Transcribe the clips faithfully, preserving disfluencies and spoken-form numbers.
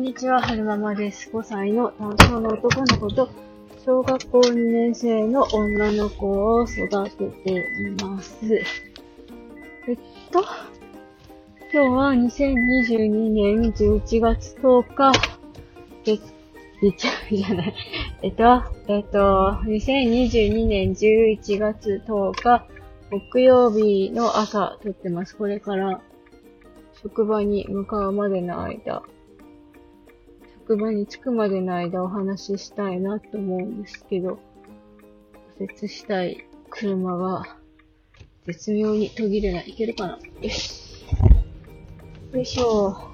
にちは、はるままです。ごさいの男性の男の子と、小学校にねん生の女の子を育てています。えっと、今日はにせんにじゅうにねんじゅういちがつとおか、月、月曜日じゃない。えっと、えっと、にせんにじゅうにねんじゅういちがつとおか、木曜日の朝撮ってます。これから職場に向かうまでの間、職場に着くまでの間お話ししたいなと思うんですけど、右折したい車が絶妙に途切れない。いけるかな？よし。よいしょ。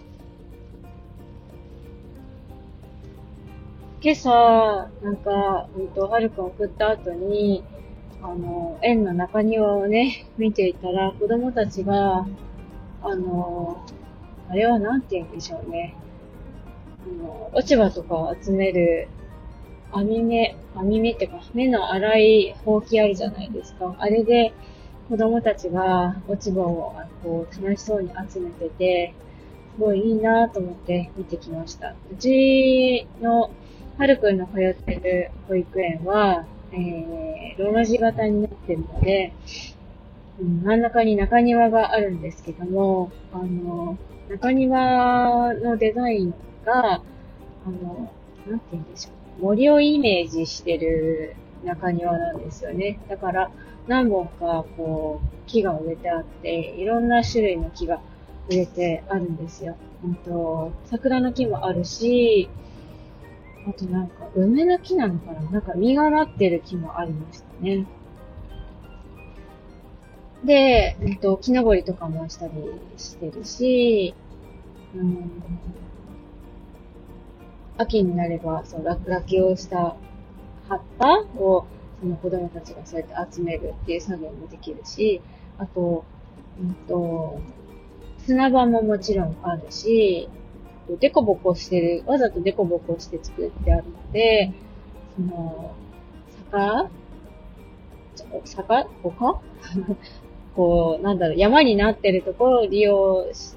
今朝、なんか、うんと、はるくん送った後に、あの、園の中庭をね、見ていたら、子供たちが、あの、あれはなんて言うんでしょうね。あの、落ち葉とかを集める、網目、網目ってか、目の粗いほうきあるじゃないですか。あれで、子供たちが落ち葉を、こう、楽しそうに集めてて、すごいいいなぁと思って見てきました。うちの、はるくんの通ってる保育園は、えー、ロの字型になってるので、うん、真ん中に中庭があるんですけども、あの、中庭のデザインが、あの、なんて言うんでしょう。森をイメージしてる中庭なんですよね。だから、何本か、こう、木が植えてあって、いろんな種類の木が植えてあるんですよ。うんと、桜の木もあるし、あとなんか、梅の木なのかな？なんか実がなってる木もありましたね。で、うんと、木登りとかもしたりしてるし、うん、秋になれば、そう、落書きをした葉っぱを、その子供たちがそうやって集めるっていう作業もできるし、あと、うんと、砂場ももちろんあるし、デコボコしてる、わざとデコボコして作ってあるので、その、坂坂丘こう、なんだろう、山になってるところを利用して、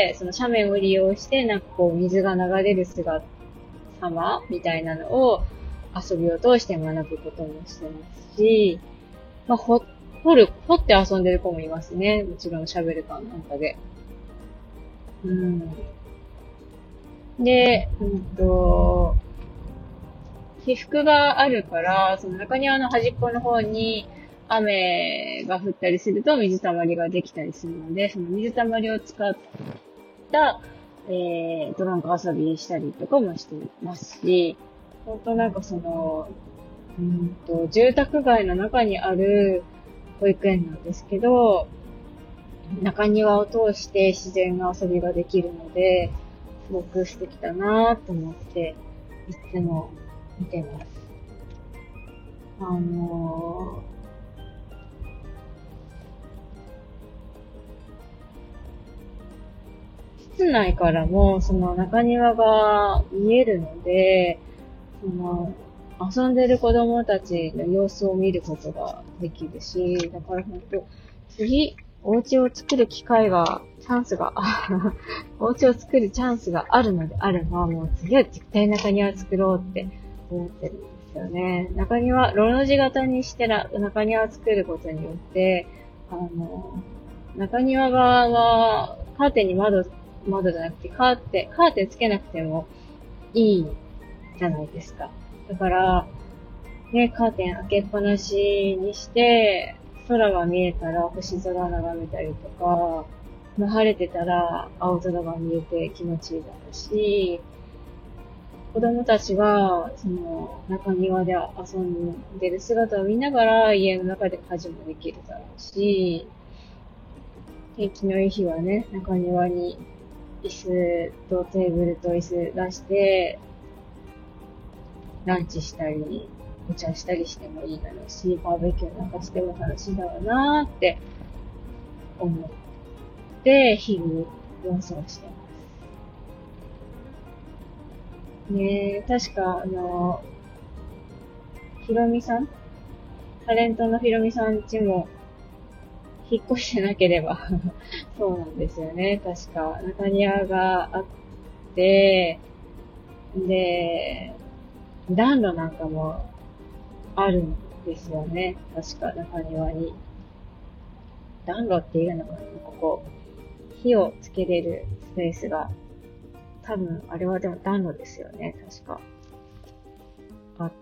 その斜面を利用して、なんかこう、水が流れる姿様みたいなのを遊びを通して学ぶこともしてますし、まあ、ほ、掘る、掘って遊んでる子もいますね。もちろん喋るかなんかで。うん。で、うんと、起伏があるから、その中庭の端っこの方に雨が降ったりすると水たまりができたりするので、その水たまりを使った、えー、ドランク遊びしたりとかもしてますし、本当なんかその、うんと、住宅街の中にある保育園なんですけど、中庭を通して自然な遊びができるので、すごく素敵だなぁと思って、いつも見てます。あのー、室内からもその中庭が見えるので、その遊んでる子供たちの様子を見ることができるし、だから本当次、お家を作る機会が、チャンスが、お家を作るチャンスがあるのであれば、もう次は絶対中庭作ろうって思ってるんですよね。中庭、ロの字型にしてら中庭を作ることによって、あの、中庭側は、カーテンに窓、窓じゃなくて、カーテン、カーテンつけなくてもいいじゃないですか。だから、ね、カーテン開けっぱなしにして、空が見えたら星空眺めたりとか、晴れてたら青空が見えて気持ちいいだろうし、子供たちがその中庭で遊んでる姿を見ながら家の中で家事もできるだろうし、天気のいい日はね、中庭に椅子とテーブルと椅子出して、ランチしたり、お茶したりしてもいいだろうし、バーベキューなんかしても楽しいだろうなーって思って、日々妄想してます。ねえ、確か、あの、ひろみさんタレントのひろみさん家も、引っ越してなければ、そうなんですよね。確か、中庭があって、 で、暖炉なんかもあるんですよね。確か中庭に。暖炉っていうのかな、ここ。火をつけれるスペースが、多分あれはでも暖炉ですよね。確か。あって、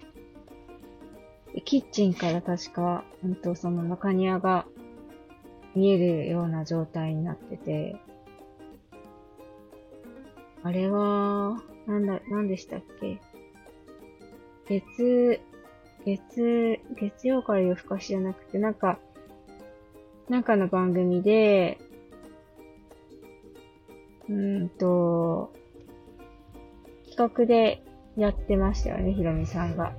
キッチンから確か、うんと、その中庭が見えるような状態になってて、あれは、なんだ、なんでしたっけ？月、月、月曜から夜更かしじゃなくて、なんか、なんかの番組で、うーんと、企画でやってましたよね、ひろみさんが。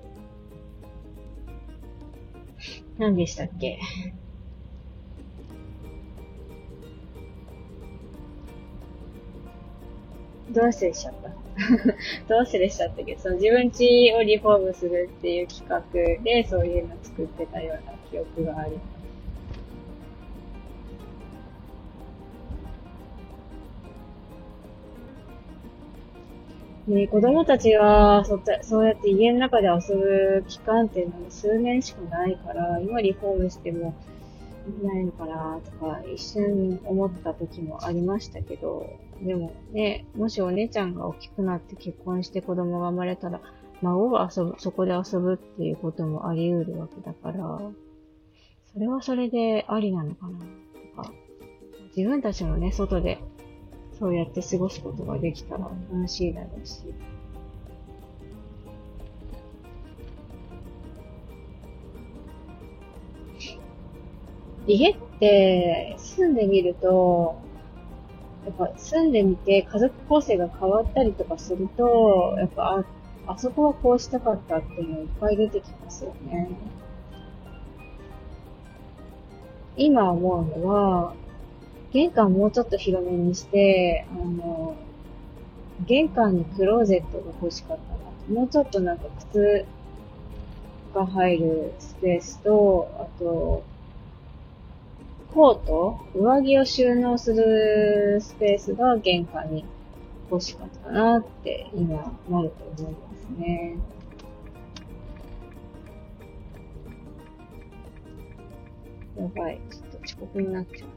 何でしたっけ？どう忘れしちゃったどう忘れしちゃったけど、その自分家をリフォームするっていう企画でそういうの作ってたような記憶があります。ね、子供たちはそそうやって家の中で遊ぶ期間っていうのも数年しかないから、今リフォームしてもないのかなとか一瞬思った時もありましたけど、でもね、もしお姉ちゃんが大きくなって結婚して子供が生まれたら、孫が遊ぶ、そこで遊ぶっていうこともあり得るわけだから、それはそれでありなのかなとか、自分たちもね、外でそうやって過ごすことができたら楽しいだろうし。家って住んでみると、やっぱ住んでみて家族構成が変わったりとかすると、やっぱあ、あそこはこうしたかったっていうのいっぱい出てきますよね。今思うのは、玄関もうちょっと広めにして、あの、玄関にクローゼットが欲しかったな。もうちょっとなんか靴が入るスペースと、あと、コート、上着を収納するスペースが玄関に欲しかったなって今なると思いますね。やばい、ちょっと遅刻になっちゃう。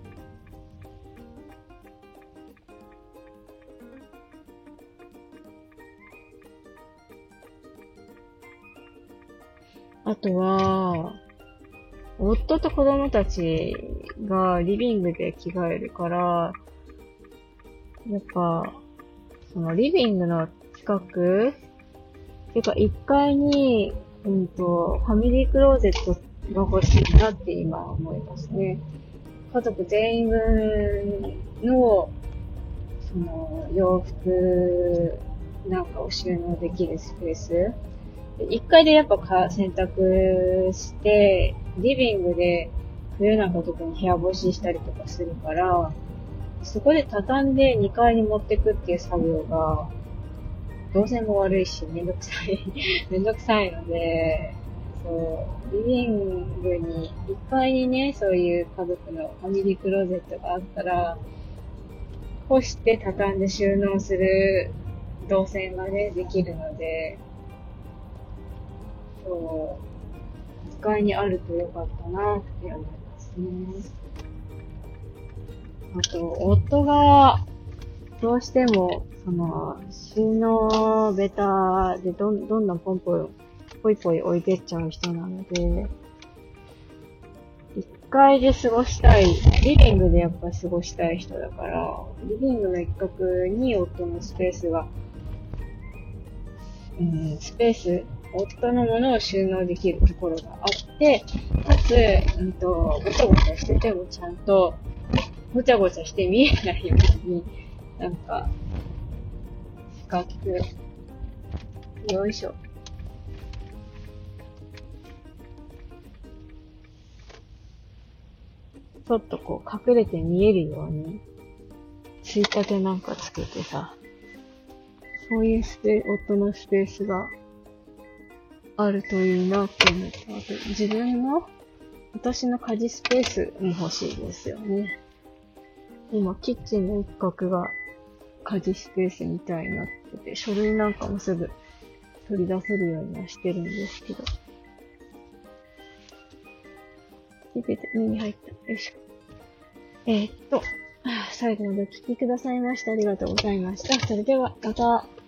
あとは、夫と子供たちがリビングで着替えるから、やっぱ、そのリビングの近く、ていうかいっかいに、うんと、ファミリークローゼットが欲しいなって今思いますね。家族全員分の、その、洋服なんかを収納できるスペース。一回でやっぱか洗濯して、リビングで冬なんか特に部屋干ししたりとかするから、そこで畳んでにかいに持ってくっていう作業が、動線も悪いし、めんどくさい、めんどくさいので、そう、リビングに、いっかいにね、そういう家族のファミリークローゼットがあったら、干して畳んで収納する動線がね、できるので、そう、いっかいにあるとよかったなって思いますね。あと、夫が、どうしても、その、収納ベタでどん、どんどんポンポン、ポイポイ置いてっちゃう人なので、一階で過ごしたい、リビングでやっぱ過ごしたい人だから、リビングの一角に夫のスペースが、うん、スペース、夫のものを収納できるところがあって、かつ、うんと、ごちゃごちゃしててもちゃんと、ごちゃごちゃして見えないように、なんか、四角、よいしょ。ちょっとこう隠れて見えるように、ついたてなんかつけてさ、そういうスペ、夫のスペースがあるといいなって思った。あと自分の、私の家事スペースも欲しいですよね。今、キッチンの一角が家事スペースみたいになってて、書類なんかもすぐ取り出せるようにはしてるんですけど。聞いてて、目に入った。よいしょ。えー、っと、最後までお聞きくださいましてありがとうございました。それでは、また。